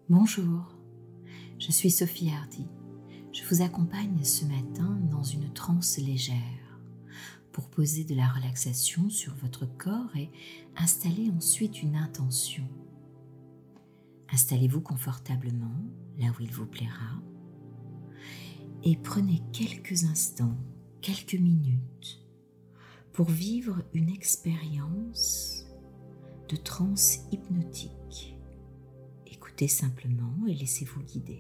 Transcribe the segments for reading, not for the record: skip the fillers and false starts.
Bonjour, je suis Sophie Hardy. Je vous accompagne ce matin dans une transe légère pour poser de la relaxation sur votre corps et installer ensuite une intention. Installez-vous confortablement là où il vous plaira et prenez quelques instants, quelques minutes pour vivre une expérience de transe hypnotique. Écoutez simplement et laissez-vous guider.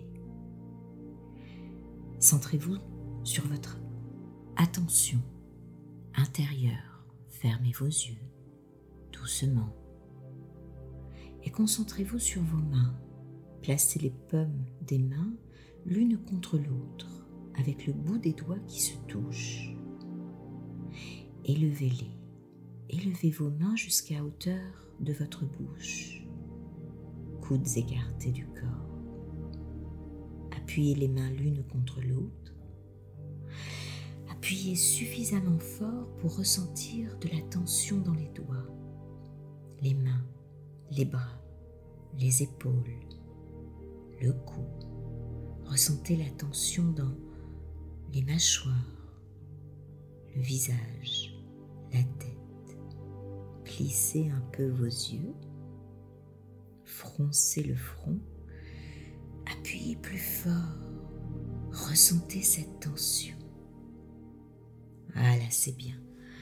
Centrez-vous sur votre attention intérieure. Fermez vos yeux doucement et concentrez-vous sur vos mains. Placez les paumes des mains l'une contre l'autre avec le bout des doigts qui se touchent. Élevez-les. Élevez vos mains jusqu'à hauteur de votre bouche. Coudes écartés du corps. Appuyez les mains l'une contre l'autre. Appuyez suffisamment fort pour ressentir de la tension dans les doigts, les mains, les bras, les épaules, le cou. Ressentez la tension dans les mâchoires, le visage, la tête. Plissez un peu vos yeux. Froncez le front, appuyez plus fort, ressentez cette tension. Voilà, c'est bien.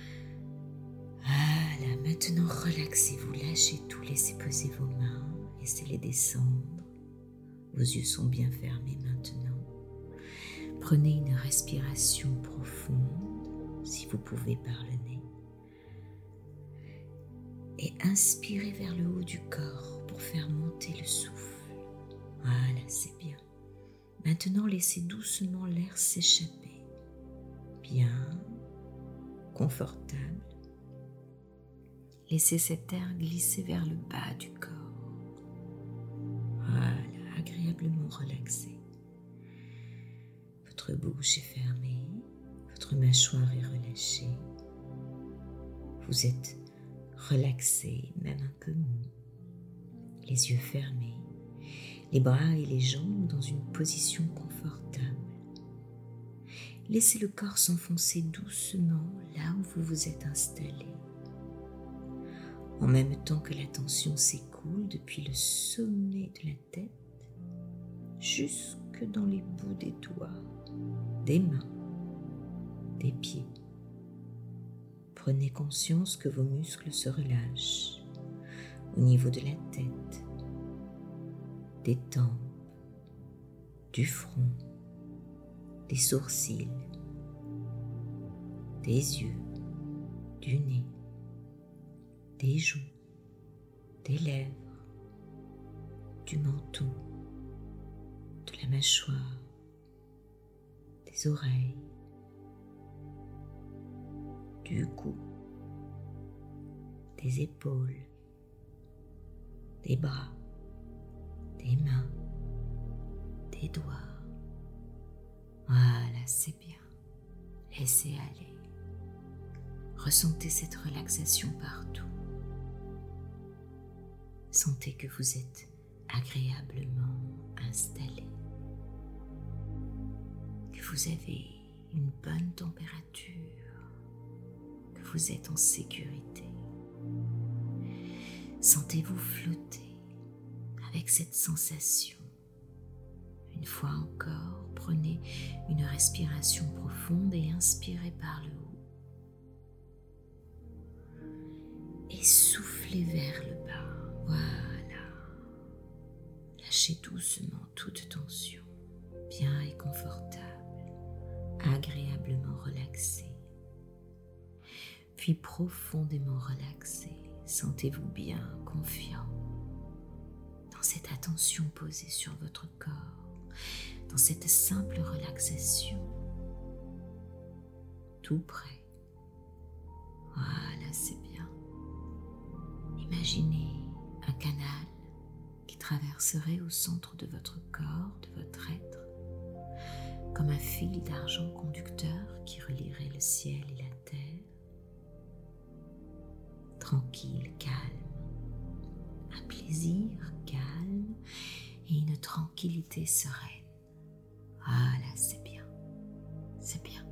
Voilà, maintenant relaxez-vous, lâchez tout, laissez poser vos mains, laissez-les descendre. Vos yeux sont bien fermés maintenant. Prenez une respiration profonde, si vous pouvez par le nez. Et inspirez vers le haut du corps pour faire monter le souffle. Voilà, c'est bien. Maintenant, laissez doucement l'air s'échapper. Bien, confortable. Laissez cet air glisser vers le bas du corps. Voilà, agréablement relaxé. Votre bouche est fermée, votre mâchoire est relâchée. Vous êtes relaxé, même un peu mou, les yeux fermés, les bras et les jambes dans une position confortable. Laissez le corps s'enfoncer doucement là où vous vous êtes installé. En même temps que la tension s'écoule depuis le sommet de la tête jusque dans les bouts des doigts, des mains, des pieds. Prenez conscience que vos muscles se relâchent au niveau de la tête, des tempes, du front, des sourcils, des yeux, du nez, des joues, des lèvres, du menton, de la mâchoire, des oreilles, du cou, des épaules, des bras, des mains, des doigts. Voilà, c'est bien. Laissez aller. Ressentez cette relaxation partout. Sentez que vous êtes agréablement installé, que vous avez une bonne température, que vous êtes en sécurité. Sentez-vous flotter avec cette sensation. Une fois encore, prenez une respiration profonde et inspirez par le haut. Et soufflez vers le bas. Voilà. Lâchez doucement toute tension, bien et confortable, agréablement relaxé. Puis profondément relaxé, sentez-vous bien confiant dans cette attention posée sur votre corps, dans cette simple relaxation, tout près. Voilà, c'est bien. Imaginez un canal qui traverserait au centre de votre corps, de votre être, comme un fil d'argent conducteur qui relierait le ciel et la terre. Tranquille, calme, un plaisir calme et une tranquillité sereine. Voilà, c'est bien, c'est bien.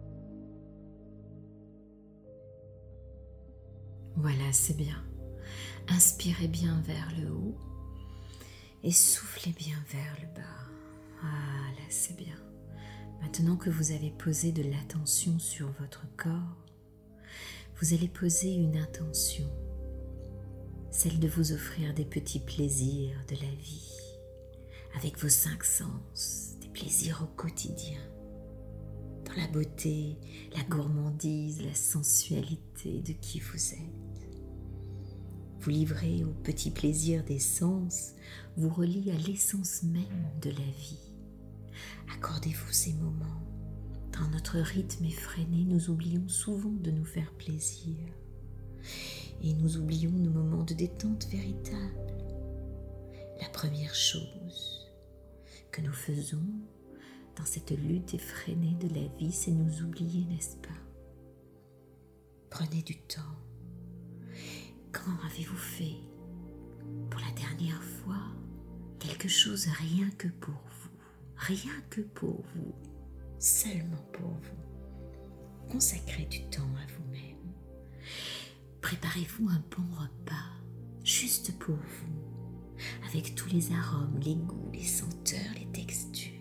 Voilà, c'est bien. Inspirez bien vers le haut et soufflez bien vers le bas. Voilà, c'est bien. Maintenant que vous avez posé de l'attention sur votre corps, vous allez poser une intention, celle de vous offrir des petits plaisirs de la vie, avec vos 5 sens, des plaisirs au quotidien, dans la beauté, la gourmandise, la sensualité de qui vous êtes. Vous livrez aux petits plaisirs des sens, vous reliez à l'essence même de la vie. Accordez-vous ces moments. Dans notre rythme effréné, nous oublions souvent de nous faire plaisir. Et nous oublions nos moments de détente véritable. La première chose que nous faisons dans cette lutte effrénée de la vie, c'est nous oublier, n'est-ce pas? Prenez du temps. Quand avez-vous fait, pour la dernière fois, quelque chose rien que pour vous? Rien que pour vous, seulement pour vous. Consacrez du temps à vous-même. Préparez-vous un bon repas, juste pour vous, avec tous les arômes, les goûts, les senteurs, les textures.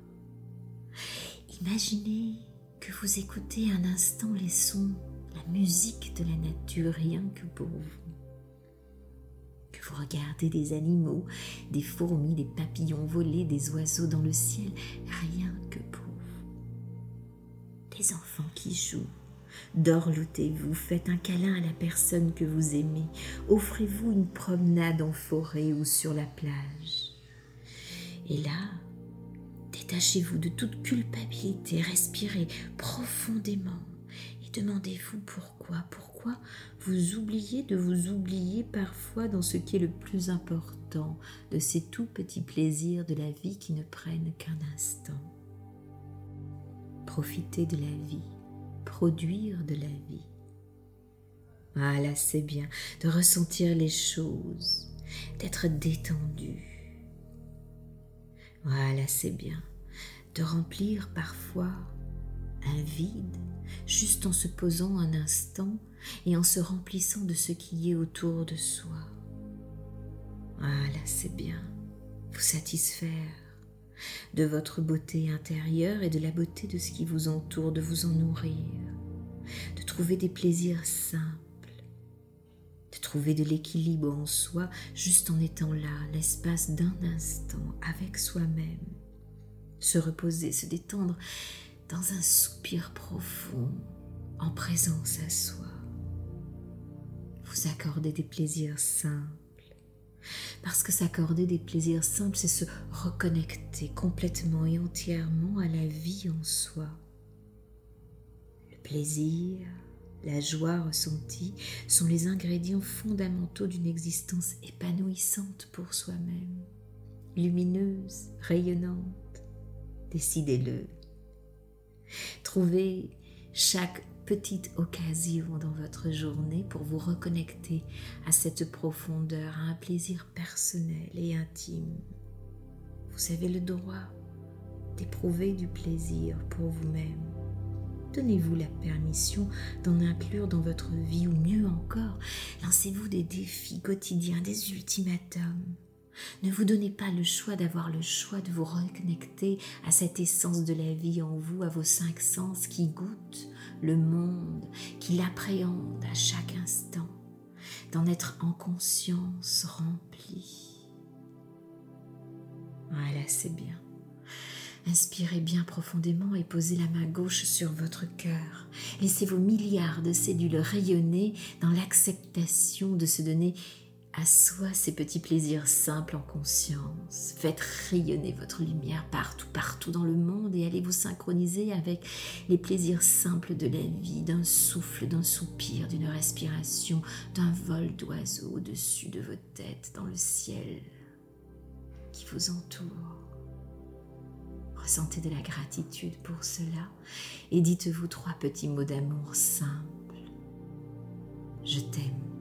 Imaginez que vous écoutez un instant les sons, la musique de la nature, rien que pour vous. Que vous regardez des animaux, des fourmis, des papillons voler, des oiseaux dans le ciel, rien que pour vous. Les enfants qui jouent, dorlotez-vous, faites un câlin à la personne que vous aimez, offrez-vous une promenade en forêt ou sur la plage. Et là, détachez-vous de toute culpabilité, respirez profondément et demandez-vous pourquoi vous oubliez de vous oublier parfois dans ce qui est le plus important, de ces tout petits plaisirs de la vie qui ne prennent qu'un instant. Profitez de la vie, produire de la vie. Voilà, c'est bien, de ressentir les choses, d'être détendu. Voilà, c'est bien, de remplir parfois un vide, juste en se posant un instant et en se remplissant de ce qui est autour de soi. Voilà, c'est bien, vous satisfaire de votre beauté intérieure et de la beauté de ce qui vous entoure, de vous en nourrir, de trouver des plaisirs simples, de trouver de l'équilibre en soi juste en étant là, l'espace d'un instant avec soi-même, se reposer, se détendre dans un soupir profond, en présence à soi. Vous accordez des plaisirs simples, parce que s'accorder des plaisirs simples, c'est se reconnecter complètement et entièrement à la vie en soi. Le plaisir, la joie ressentie sont les ingrédients fondamentaux d'une existence épanouissante pour soi-même, lumineuse, rayonnante. Décidez-le. Trouvez chaque petite occasion dans votre journée pour vous reconnecter à cette profondeur, à un plaisir personnel et intime. Vous avez le droit d'éprouver du plaisir pour vous-même. Donnez-vous la permission d'en inclure dans votre vie, ou mieux encore, lancez-vous des défis quotidiens, des ultimatums. Ne vous donnez pas le choix d'avoir le choix de vous reconnecter à cette essence de la vie en vous, à vos 5 sens qui goûtent le monde, qui l'appréhendent à chaque instant, d'en être en conscience rempli. Voilà, c'est bien. Inspirez bien profondément et posez la main gauche sur votre cœur. Laissez vos milliards de cellules rayonner dans l'acceptation de se donner à soi ces petits plaisirs simples en conscience. Faites rayonner votre lumière partout dans le monde et allez vous synchroniser avec les plaisirs simples de la vie, d'un souffle, d'un soupir, d'une respiration, d'un vol d'oiseau au-dessus de votre tête dans le ciel qui vous entoure. Ressentez de la gratitude pour cela et dites-vous 3 petits mots d'amour simples. Je t'aime.